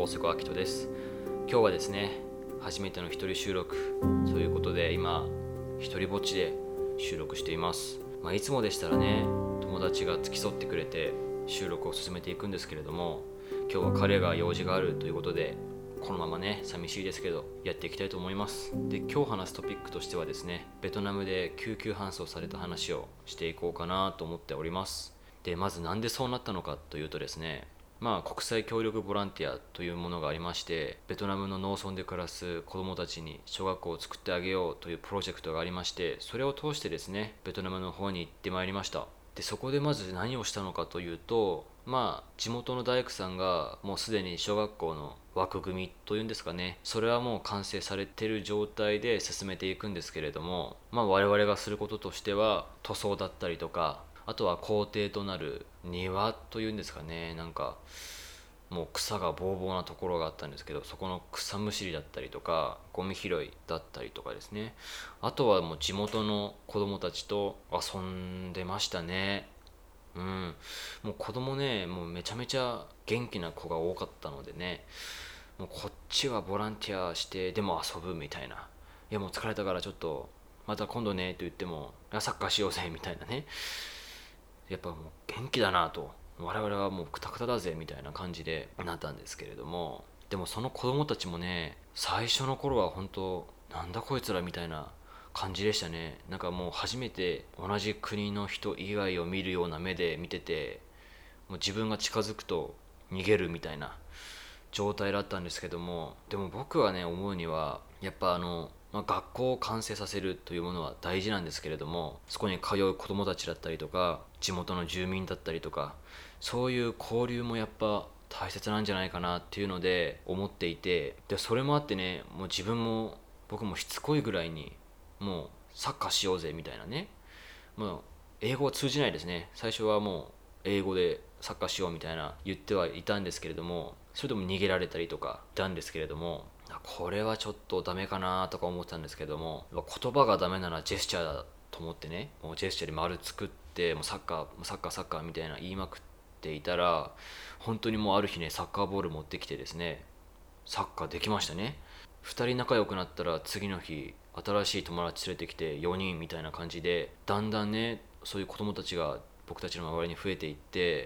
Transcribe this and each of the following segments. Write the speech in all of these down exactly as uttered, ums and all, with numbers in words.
大瀬古明人です。今日はですね、初めての一人収録ということで、今一人ぼっちで収録しています。まあ、いつもでしたらね、友達が付き添ってくれて収録を進めていくんですけれども、今日は彼が用事があるということで、このままね、寂しいですけどやっていきたいと思います。で、今日話すトピックとしてはですね、ベトナムで救急搬送された話をしていこうかなと思っております。で、まずなんでそうなったのかというとですね、まあ、国際協力ボランティアというものがありまして、ベトナムの農村で暮らす子どもたちに小学校を作ってあげようというプロジェクトがありまして、それを通してですね、ベトナムの方に行ってまいりました。で、そこでまず何をしたのかというと、まあ地元の大工さんがもうすでに小学校の枠組みというんですかね、それはもう完成されている状態で進めていくんですけれども、まあ我々がすることとしては塗装だったりとか、あとは校庭となる庭というんですかね、なんかもう草がぼうぼうなところがあったんですけど、そこの草むしりだったりとかゴミ拾いだったりとかですね、あとはもう地元の子供たちと遊んでましたね。うん、もう子供ね、もうめちゃめちゃ元気な子が多かったのでね、もうこっちはボランティアしてでも遊ぶみたいな、いやもう疲れたからちょっとまた今度ねと言っても、いやサッカーしようぜみたいなね、やっぱもう元気だなと、我々はもうクタクタだぜみたいな感じでなったんですけれども、でもその子供たちもね、最初の頃は本当なんだこいつらみたいな感じでしたね。なんかもう初めて同じ国の人以外を見るような目で見てて、もう自分が近づくと逃げるみたいな状態だったんですけども、でも僕はね思うにはやっぱあの、まあ、学校を完成させるというものは大事なんですけれども、そこに通う子どもたちだったりとか地元の住民だったりとか、そういう交流もやっぱ大切なんじゃないかなっていうので思っていて、でそれもあってね、もう自分も僕もしつこいぐらいにもうサッカーしようぜみたいなね、もう英語は通じないですね。最初はもう英語でサッカーしようみたいな言ってはいたんですけれども、それでも逃げられたりとかいたんですけれども、これはちょっとダメかなとか思ってたんですけども、言葉がダメならジェスチャーだと思ってね、もうジェスチャーで丸作って、もうサッカーサッカーサッカーみたいな言いまくっていたら、本当にもうある日ね、サッカーボール持ってきてですね、サッカーできましたね。ふたり仲良くなったら次の日新しい友達連れてきてよにんみたいな感じで、だんだんねそういう子供たちが僕たちの周りに増えていって、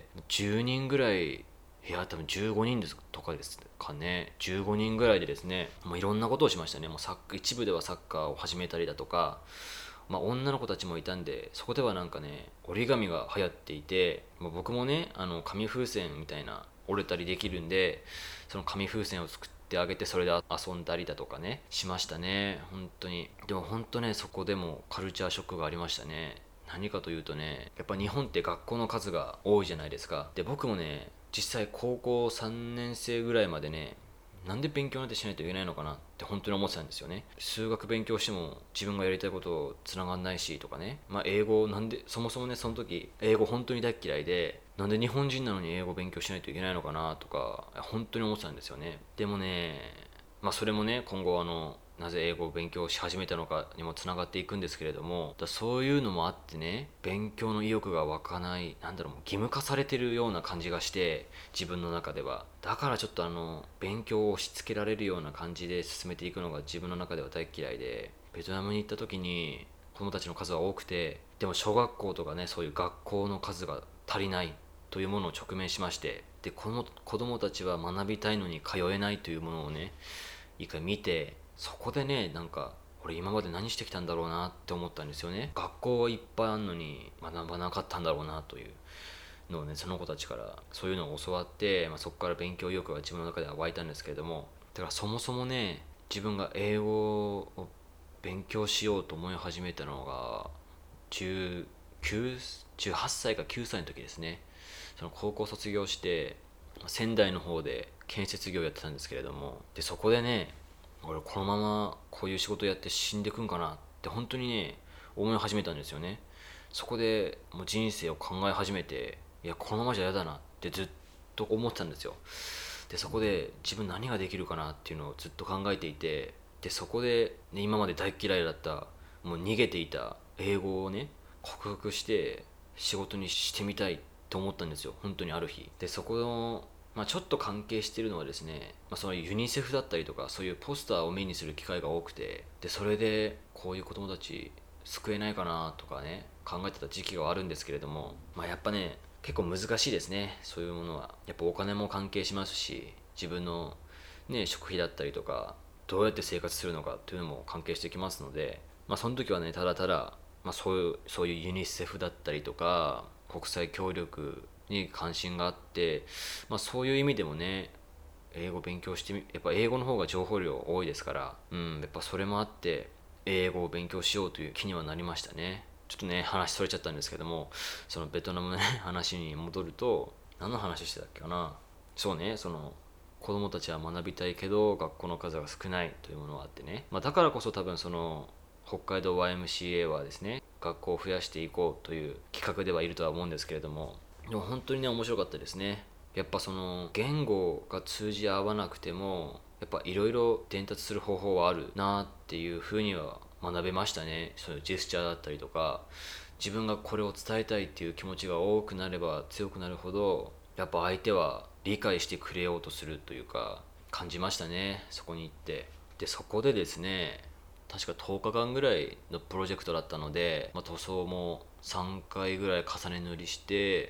じゅうにんぐらい、いや多分じゅうごにんですとかですかね、じゅうごにんぐらいでですね、もういろんなことをしましたね。もうサッカー一部ではサッカーを始めたりだとか、まあ、女の子たちもいたんで、そこではなんかね折り紙が流行っていて、まあ、僕もねあの紙風船みたいな折れたりできるんで、その紙風船を作ってあげて、それで遊んだりだとかねしましたね。本当に。でも本当ね、そこでもカルチャーショックがありましたね。何かというとね、やっぱ日本って学校の数が多いじゃないですか。で僕もね実際高校さんねん生ぐらいまでね、なんで勉強なんてしないといけないのかなって本当に思ってたんですよね。数学勉強しても自分がやりたいことつながんないしとかね、まあ英語なんで、そもそもねその時英語本当に大嫌いで、なんで日本人なのに英語勉強しないといけないのかなとか本当に思ってたんですよね。でもね、まあそれもね今後あのなぜ英語を勉強し始めたのかにもつながっていくんですけれども、だそういうのもあってね、勉強の意欲が湧かない、なんだろう、もう義務化されてるような感じがして、自分の中ではだからちょっとあの勉強を押し付けられるような感じで進めていくのが自分の中では大嫌いで、ベトナムに行った時に子供たちの数は多くて、でも小学校とかねそういう学校の数が足りないというものを直面しまして、でこの子供たちは学びたいのに通えないというものをね一回見て、そこでねなんか俺今まで何してきたんだろうなって思ったんですよね。学校はいっぱいあんのに学ばなかったんだろうなというのをね、その子たちからそういうのを教わって、まあ、そこから勉強意欲が自分の中では湧いたんですけれども、だからそもそもね自分が英語を勉強しようと思い始めたのがじゅうきゅう、じゅうはっさいかきゅうさいの時ですね。その高校卒業して仙台の方で建設業やってたんですけれども、でそこでね、俺このままこういう仕事やって死んでくんかなって本当にね思い始めたんですよね。そこでもう人生を考え始めて、いやこのままじゃ嫌だなってずっと思ってたんですよ。でそこで自分何ができるかなっていうのをずっと考えていて、でそこで、ね、今まで大嫌いだったもう逃げていた英語をね克服して仕事にしてみたいと思ったんですよ、本当にある日。でそこの、 まあ、ちょっと関係しているのはですね、まあ、そのユニセフだったりとかそういうポスターを目にする機会が多くて、でそれでこういう子供たち救えないかなとかね考えてた時期があるんですけれども、まあ、やっぱね結構難しいですね。そういうものはやっぱお金も関係しますし、自分の、ね、食費だったりとかどうやって生活するのかというのも関係してきますので、まあ、その時はねただただ、まあ、そういうそういうユニセフだったりとか国際協力に関心があって、まあ、そういう意味でもね英語勉強してみやっぱ英語の方が情報量多いですから、うん、やっぱそれもあって英語を勉強しようという気にはなりましたね。ちょっとね話それちゃったんですけども、そのベトナムの、ね、話に戻ると、何の話してたっけかな。そうね、その子供たちは学びたいけど学校の数が少ないというものがあってね、まあ、だからこそ多分その北海道 ワイエムシーエー はですね学校を増やしていこうという企画ではいるとは思うんですけれども、でも本当にね面白かったですね。やっぱその言語が通じ合わなくてもやっぱいろいろ伝達する方法はあるなっていうふうには学べましたね。そういうジェスチャーだったりとか、自分がこれを伝えたいっていう気持ちが多くなれば強くなるほどやっぱ相手は理解してくれようとするというか感じましたね、そこに行って。でそこでですね確かとおかかんぐらいのプロジェクトだったので、まあ、塗装もさんかいぐらい重ね塗りして、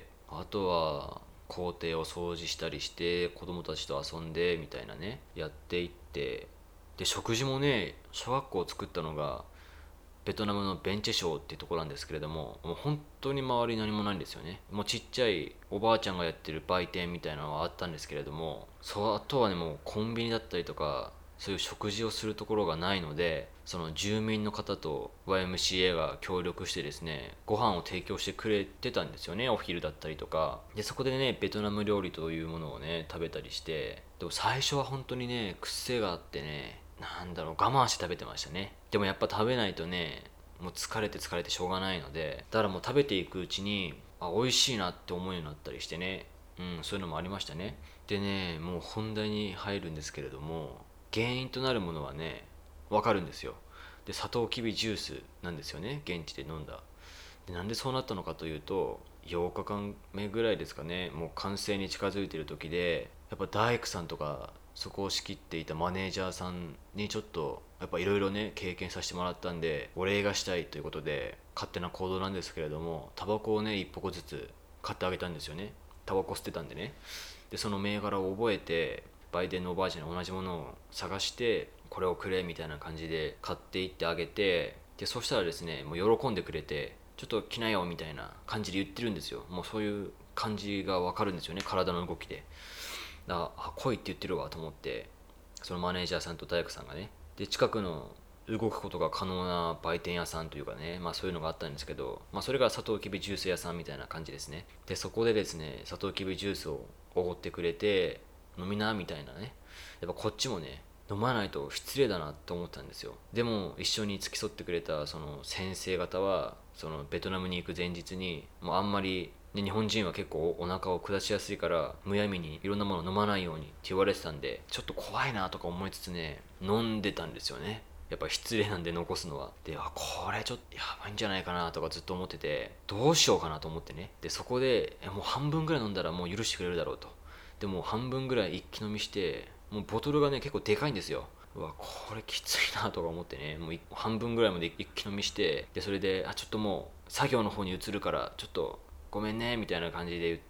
あとは校庭を掃除したりして子供たちと遊んでみたいなねやっていって、で食事もね小学校を作ったのがベトナムのベンチェ省っていうところなんですけれども、もう本当に周り何もないんですよね。もうちっちゃいおばあちゃんがやってる売店みたいなのはあったんですけれども、そうあとはねもうコンビニだったりとかそういう食事をするところがないので、その住民の方と ワイエムシーエー が協力してですねご飯を提供してくれてたんですよね、お昼だったりとかで。そこでねベトナム料理というものをね食べたりして、でも最初は本当にね癖があってね、なんだろう我慢して食べてましたね。でもやっぱ食べないとねもう疲れて疲れてしょうがないので、だからもう食べていくうちにあ美味しいなって思うようになったりしてね、うん、そういうのもありましたね。でねもう本題に入るんですけれども、原因となるものはね分かるんですよ。でサトウキビジュースなんですよね、現地で飲んだ。でなんでそうなったのかというと、ようかかんめぐらいですかね、もう完成に近づいてる時で、やっぱ大工さんとかそこを仕切っていたマネージャーさんにちょっとやっぱいろいろね経験させてもらったんでお礼がしたいということで勝手な行動なんですけれども、タバコをね一箱ずつ買ってあげたんですよね。タバコ捨てたんでね。でその銘柄を覚えて売店のおばあちゃんに同じものを探してこれをくれみたいな感じで買っていってあげて、でそしたらですねもう喜んでくれて、ちょっと来なよみたいな感じで言ってるんですよ。もうそういう感じが分かるんですよね、体の動きで。だからあ来いって言ってるわと思って、そのマネージャーさんと大工さんがね、で近くの動くことが可能な売店屋さんというかね、まあそういうのがあったんですけど、まあそれがサトウキビジュース屋さんみたいな感じですね。でそこでですねサトウキビジュースをおごってくれて、飲みなみたいなね、やっぱこっちもね飲まないと失礼だなって思ったんですよ。でも一緒に付き添ってくれたその先生方はそのベトナムに行く前日にもうあんまり、ね、日本人は結構お腹を下しやすいからむやみにいろんなもの飲まないようにって言われてたんで、ちょっと怖いなとか思いつつね飲んでたんですよね。やっぱ失礼なんで残すのは。であこれちょっとやばいんじゃないかなとかずっと思ってて、どうしようかなと思ってね。でそこでえもう半分ぐらい飲んだらもう許してくれるだろうと。でもう半分ぐらい一気飲みして、もうボトルがね結構でかいんですよ。うわこれきついなとか思ってね、もう半分ぐらいまで一気飲みして、でそれであちょっともう作業の方に移るからちょっとごめんねみたいな感じで言って、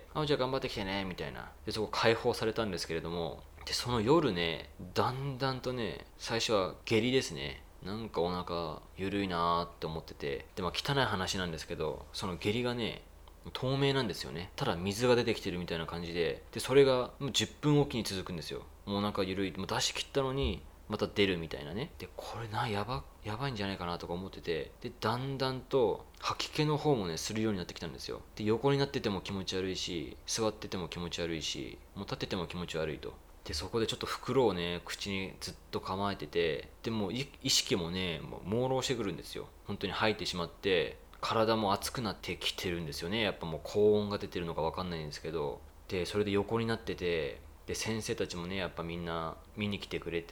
あじゃあ頑張ってきてねみたいな。でそこ解放されたんですけれども、でその夜ねだんだんとね最初は下痢ですね。なんかお腹ゆるいなーって思ってて、でまあ汚い話なんですけど、その下痢がね透明なんですよね。ただ水が出てきてるみたいな感じで、でそれがもうじゅっぷんおきに続くんですよ。もうお腹ゆるい、もう出し切ったのにまた出るみたいなね。でこれなやばやばいんじゃないかなとか思ってて、でだんだんと吐き気の方もねするようになってきたんですよ。で横になってても気持ち悪いし、座ってても気持ち悪いし、もう立ってても気持ち悪いと。でそこでちょっと袋をね口にずっと構えてて、でも意識もねもう朦朧してくるんですよ。本当に吐いてしまって体も熱くなってきてるんですよね。やっぱもう高温が出てるのか分かんないんですけど、でそれで横になってて、で先生たちもねやっぱみんな見に来てくれて、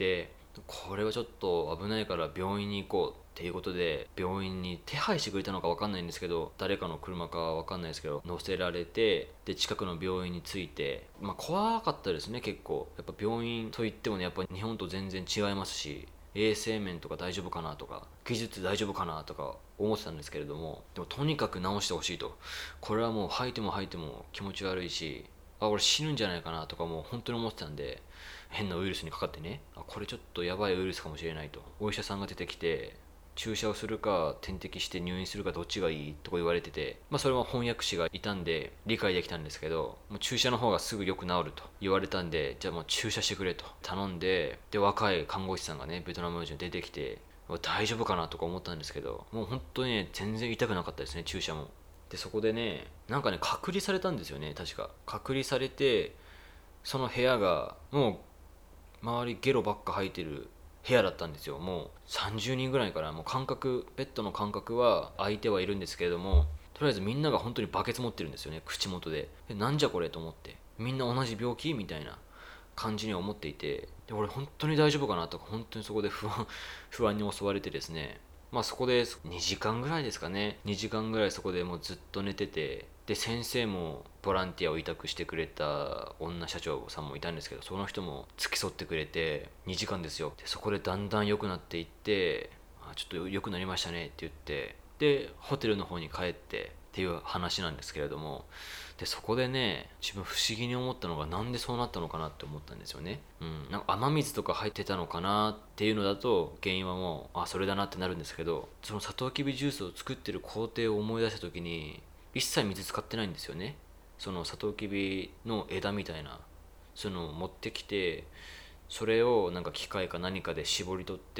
これはちょっと危ないから病院に行こうっていうことで、病院に手配してくれたのか分かんないんですけど、誰かの車か分かんないですけど乗せられて、で近くの病院に着いて、まあ怖かったですね。結構やっぱ病院といってもね、やっぱ日本と全然違いますし、衛生面とか大丈夫かなとか技術大丈夫かなとか思ってたんですけれども、でもとにかく治してほしいと。これはもう吐いても吐いても気持ち悪いし、あ俺死ぬんじゃないかなとかもう本当に思ってたんで、変なウイルスにかかってね、あこれちょっとやばいウイルスかもしれないと、お医者さんが出てきて、注射をするか点滴して入院するかどっちがいいとか言われてて、まあ、それは翻訳師がいたんで理解できたんですけど、もう注射の方がすぐよく治ると言われたんで、じゃあもう注射してくれと頼んで、で若い看護師さんがねベトナム人出てきて、大丈夫かなとか思ったんですけど、もう本当にね全然痛くなかったですね、注射も。でそこでね、なんかね隔離されたんですよね。確か隔離されて、その部屋がもう周りゲロばっか吐いてる部屋だったんですよ。もうさんじゅうにんぐらいから、もう間隔ベッドの間隔は空いてはいるんですけれども、とりあえずみんなが本当にバケツ持ってるんですよね、口元で。えなんじゃこれと思って、みんな同じ病気みたいな感じには思っていて、で俺本当に大丈夫かなとか、本当にそこで不安不安に襲われてですね、まあそこでにじかんぐらいですかね、にじかんぐらいそこでもうずっと寝てて、で先生もボランティアを委託してくれた女社長さんもいたんですけど、その人も付き添ってくれてにじかんですよ。でそこでだんだん良くなっていって、あちょっと良くなりましたねって言って、でホテルの方に帰ってっていう話なんですけれども、でそこでね自分不思議に思ったのが、なんでそうなったのかなって思ったんですよね。うん、なんか雨水とか入ってたのかなっていうのだと原因はもうあそれだなってなるんですけど、そのサトウキビジュースを作ってる工程を思い出した時に一切水使ってないんですよね。そのサトウキビの枝みたいな、その持ってきて、それをなんか機械か何かで絞り取って、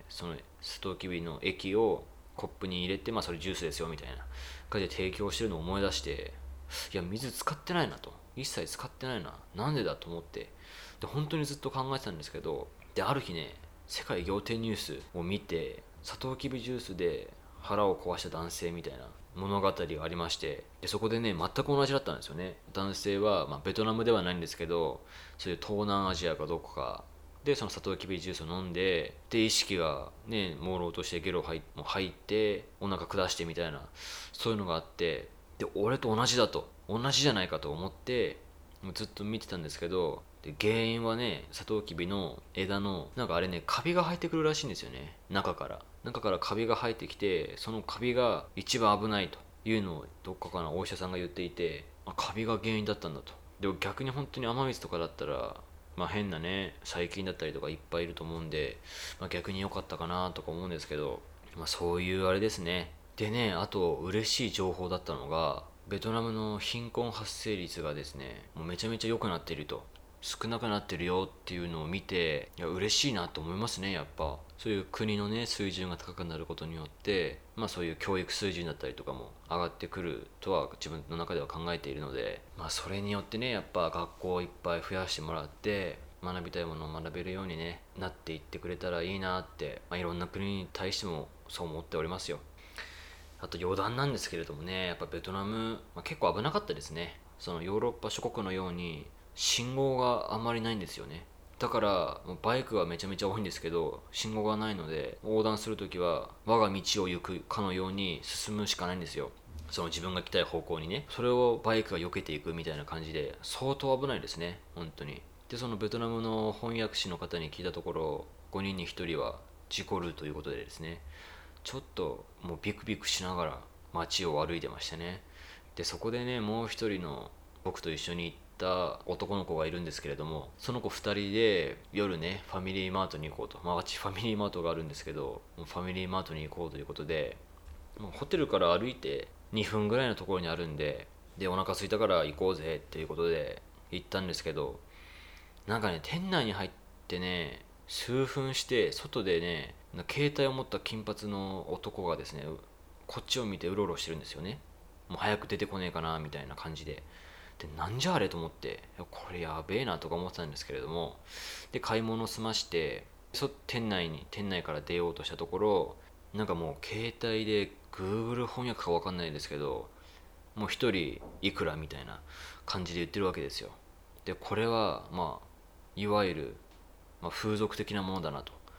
そのサトウキビの液をコップに入れて、まあそれジュースですよみたいな感じで提供してるのを思い出して、いや水使ってないなと、一切使ってないな、なんでだと思って、で本当にずっと考えてたんですけど、である日ね世界仰天ニュースを見て、サトウキビジュースで腹を壊した男性みたいな物語がありまして、でそこでね全く同じだったんですよね。男性は、まあ、ベトナムではないんですけど、そういう東南アジアかどこかでそのサトウキビジュースを飲んで、で意識がね朦朧としてゲロ入もう入ってお腹下してみたいな、そういうのがあって、で俺と同じだと、同じじゃないかと思ってもうずっと見てたんですけど、で原因はねサトウキビの枝のなんかあれねカビが生えてくるらしいんですよね。中から中からカビが生えてきて、そのカビが一番危ないというのをどっかかなお医者さんが言っていて、あカビが原因だったんだと。でも逆に本当に雨水とかだったら、まあ、変なね細菌だったりとかいっぱいいると思うんで、まあ、逆に良かったかなとか思うんですけど、まあ、そういうあれですね。でね、あと嬉しい情報だったのが、ベトナムの貧困発生率がですねもうめちゃめちゃ良くなっていると、少なくなってるよっていうのを見て、いや嬉しいなと思いますね。やっぱそういう国のね水準が高くなることによって、まあそういう教育水準だったりとかも上がってくるとは自分の中では考えているので、まあそれによってねやっぱ学校をいっぱい増やしてもらって、学びたいものを学べるように、ね、なっていってくれたらいいなって、まあ、いろんな国に対してもそう思っておりますよ。あと余談なんですけれどもね、やっぱベトナム、まあ、結構危なかったですね。そのヨーロッパ諸国のように信号があまりないんですよね。だからもうバイクはめちゃめちゃ多いんですけど、信号がないので横断するときは我が道を行くかのように進むしかないんですよ。その自分が行きたい方向にね、それをバイクが避けていくみたいな感じで、相当危ないですね本当に。でそのベトナムの翻訳士の方に聞いたところ、ごにんにひとりは事故るということでですね、ちょっともうビクビクしながら街を歩いてましたね。でそこでねもう一人の僕と一緒に行った男の子がいるんですけれども、その子ふたりで夜ねファミリーマートに行こうと、まああっちファミリーマートがあるんですけど、もうファミリーマートに行こうということで、もうホテルから歩いてにふんぐらいのところにあるんで、でお腹空いたから行こうぜっていうことで行ったんですけど、なんかね店内に入ってね数分して外でね、携帯を持った金髪の男がですねこっちを見てうろうろしてるんですよね。もう早く出てこねえかなみたいな感じで、でなんじゃあれと思って、これやべえなとか思ってたんですけれども、で買い物済ましてそ店内に店内から出ようとしたところ、なんかもう携帯で Google 翻訳か分かんないですけど、もう一人いくらみたいな感じで言ってるわけですよ。でこれはまあいわゆる、まあ、風俗的なものだなと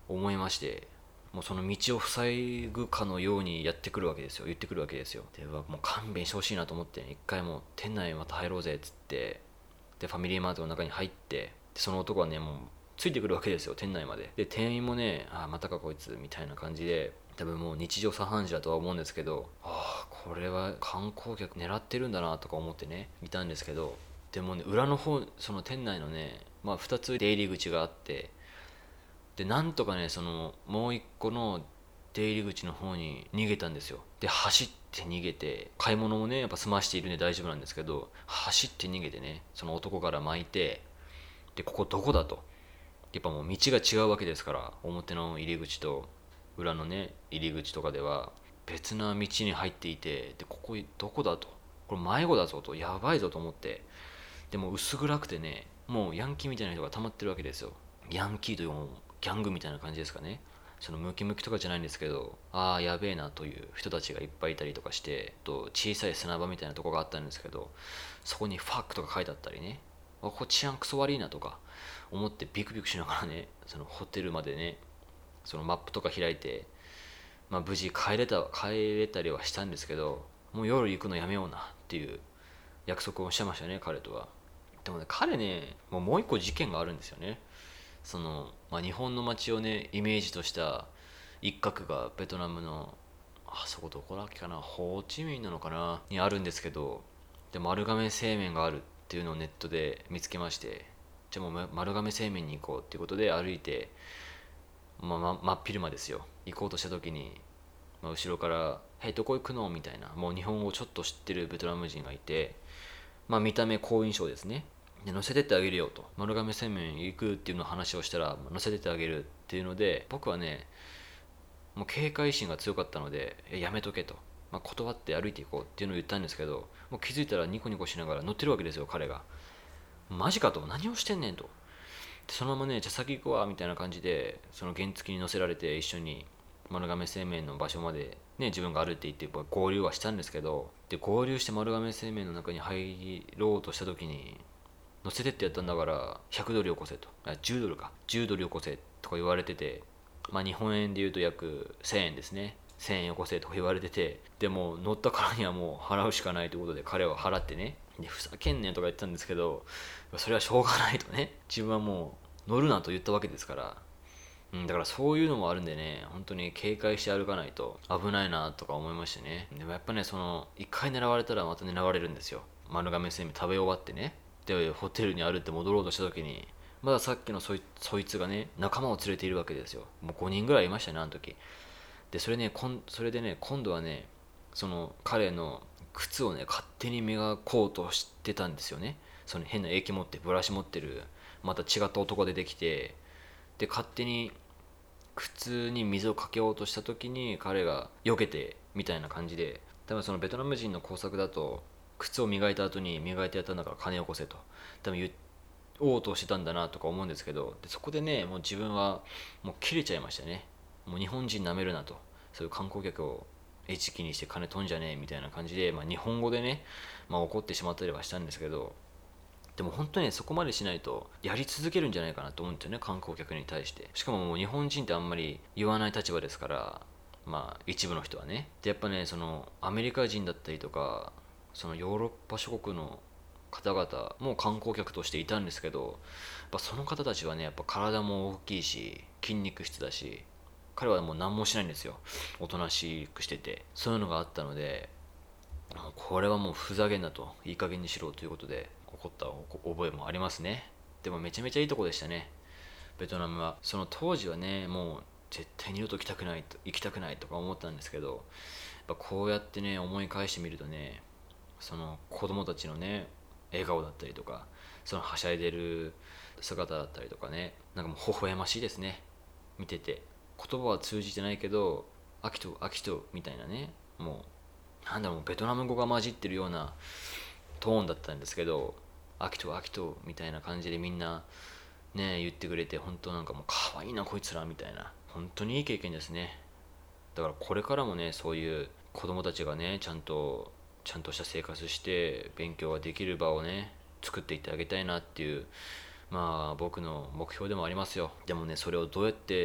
思いまして、もうその道を塞ぐかのようにやってくるわけですよ言ってくるわけですよ。でもう勘弁してほしいなと思って、ね、一回もう店内また入ろうぜっつって、でファミリーマートの中に入って、でその男はねもうついてくるわけですよ、店内まで。で店員もね、あまたかこいつみたいな感じで、多分もう日常茶飯事だとは思うんですけど、ああこれは観光客狙ってるんだなとか思ってねいたんですけど、でもね裏の方、その店内のね、まあ、ふたつ出入り口があって、でなんとかねそのもう一個の出入り口の方に逃げたんですよ。で走って逃げて、買い物もねやっぱ済ましているんで大丈夫なんですけど、走って逃げてね、その男から巻いて、でここどこだと、やっぱもう道が違うわけですから、表の入り口と裏のね入り口とかでは別な道に入っていて、でここどこだと、これ迷子だぞと、やばいぞと思って、でも薄暗くてね、もうヤンキーみたいな人が溜まってるわけですよ。ヤンキーというもうギャングみたいな感じですかね。そのムキムキとかじゃないんですけど、ああやべえなという人たちがいっぱいいたりとかして、と小さい砂場みたいなとこがあったんですけど、そこにファックとか書いてあったりね、あここ治安クソ悪いなとか思ってビクビクしながらね、そのホテルまでねそのマップとか開いて、まあ、無事帰れた帰れたりはしたんですけど、もう夜行くのやめようなっていう約束をしてましたね、彼とは。でもね彼ね、もうもう一個事件があるんですよね。その、まあ、日本の街をねイメージとした一角がベトナムの、あそこどこだっけかな、ホーチミンなのかなにあるんですけど、で丸亀製麺があるっていうのをネットで見つけまして、じゃあもう丸亀製麺に行こうっていうことで歩いて、まあ、ま真っ昼間ですよ、行こうとした時に、まあ、後ろから「へいどこ行くの?」みたいな、もう日本語をちょっと知ってるベトナム人がいて、まあ見た目好印象ですね。で乗せてってあげるよと、丸亀製麺行くっていうの話をしたら乗せてってあげるっていうので、僕はねもう警戒心が強かったのでやめとけと、まあ、断って歩いていこうっていうのを言ったんですけど、もう気づいたらニコニコしながら乗ってるわけですよ彼が。マジかと、何をしてんねんと。でそのままねじゃあ先行くわみたいな感じで、その原付に乗せられて一緒に丸亀製麺の場所までね自分が歩いて行って合流はしたんですけど、で合流して丸亀製麺の中に入ろうとした時に、乗せてってやったんだからひゃくドルよこせと、あじゅうドルかじゅうドルよこせとか言われてて、まあ日本円で言うと約せんえんですね、せんえんよこせとか言われてて、でも乗ったからにはもう払うしかないということで彼は払ってね、でふざけんねんとか言ってたんですけど、それはしょうがないとね、自分はもう乗るなと言ったわけですから、うん、だからそういうのもあるんでね、本当に警戒して歩かないと危ないなとか思いましてね。でもやっぱね、その一回狙われたらまた狙われるんですよ。丸亀製麺食べ終わってね、でホテルに歩って戻ろうとした時に、まださっきのそいそいつがね仲間を連れているわけですよ。もうごにんぐらいいましたねあの時。でそれねこんそれでね今度はね、その彼の靴をね勝手に磨こうとしてたんですよね。その変な液持ってブラシ持ってるまた違った男出てきて、で勝手に靴に水をかけようとした時に彼が避けてみたいな感じで、多分そのベトナム人の工作だと靴を磨いた後に磨いてやったんだから金をよこせと多分言おうとしてたんだなとか思うんですけど、でそこでねもう自分はもう切れちゃいましたね。もう日本人なめるなと、そういう観光客を餌食にして金飛んじゃねえみたいな感じで、まあ、日本語でね、まあ、怒ってしまったりはしたんですけど、でも本当に、ね、そこまでしないとやり続けるんじゃないかなと思うんですよね、観光客に対して。しかももう日本人ってあんまり言わない立場ですから、まあ一部の人はね。でやっぱねそのアメリカ人だったりとか、そのヨーロッパ諸国の方々も観光客としていたんですけど、やっぱその方たちはねやっぱ体も大きいし筋肉質だし、彼はもう何もしないんですよ、おとなしくしてて。そういうのがあったので、これはもうふざけんなと、いい加減にしろということで怒った覚えもありますね。でもめちゃめちゃいいとこでしたね、ベトナムは。その当時はねもう絶対二度と行きたくないと行きたくないとか思ったんですけど、やっぱこうやってね思い返してみるとね、その子供たちのね笑顔だったりとか、そのはしゃいでる姿だったりとかね、なんかもう微笑ましいですね、見てて。言葉は通じてないけどアキトアキトみたいなね、もうなんだろう、ベトナム語が混じってるようなトーンだったんですけど、アキトアキトみたいな感じでみんなね言ってくれて、本当なんかもう可愛いなこいつらみたいな、本当にいい経験ですね。だからこれからもねそういう子供たちがねちゃんとちゃんとした生活して勉強ができる場をね作っていってあげたいなっていう、まあ僕の目標でもありますよ。でもねそれをどうやって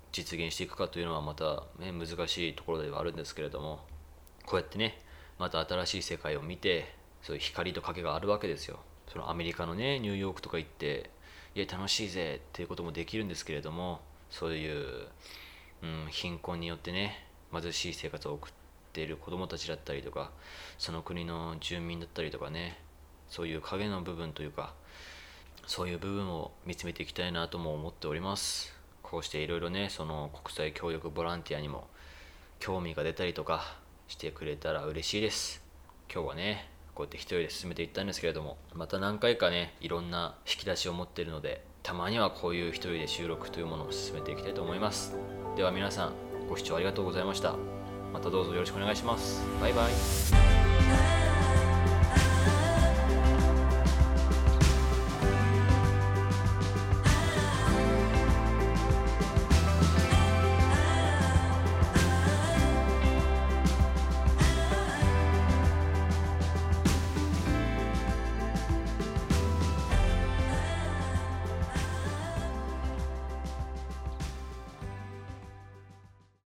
実現していくかというのはまた、ね、難しいところではあるんですけれども、こうやってねまた新しい世界を見て、そういう光と影があるわけですよ。そのアメリカのねニューヨークとか行っていや楽しいぜっていうこともできるんですけれども、そういう、うん、貧困によってね貧しい生活を送っている子どもたちだったりとか、その国の住民だったりとかね、そういう影の部分というか、そういう部分を見つめていきたいなとも思っております。こうしていろいろねその国際協力ボランティアにも興味が出たりとかしてくれたら嬉しいです。今日はねこうやって一人で進めていったんですけれども、また何回かねいろんな引き出しを持っているので、たまにはこういう一人で収録というものを進めていきたいと思います。では皆さんご視聴ありがとうございました。またどうぞよろしくお願いします。バイバイ。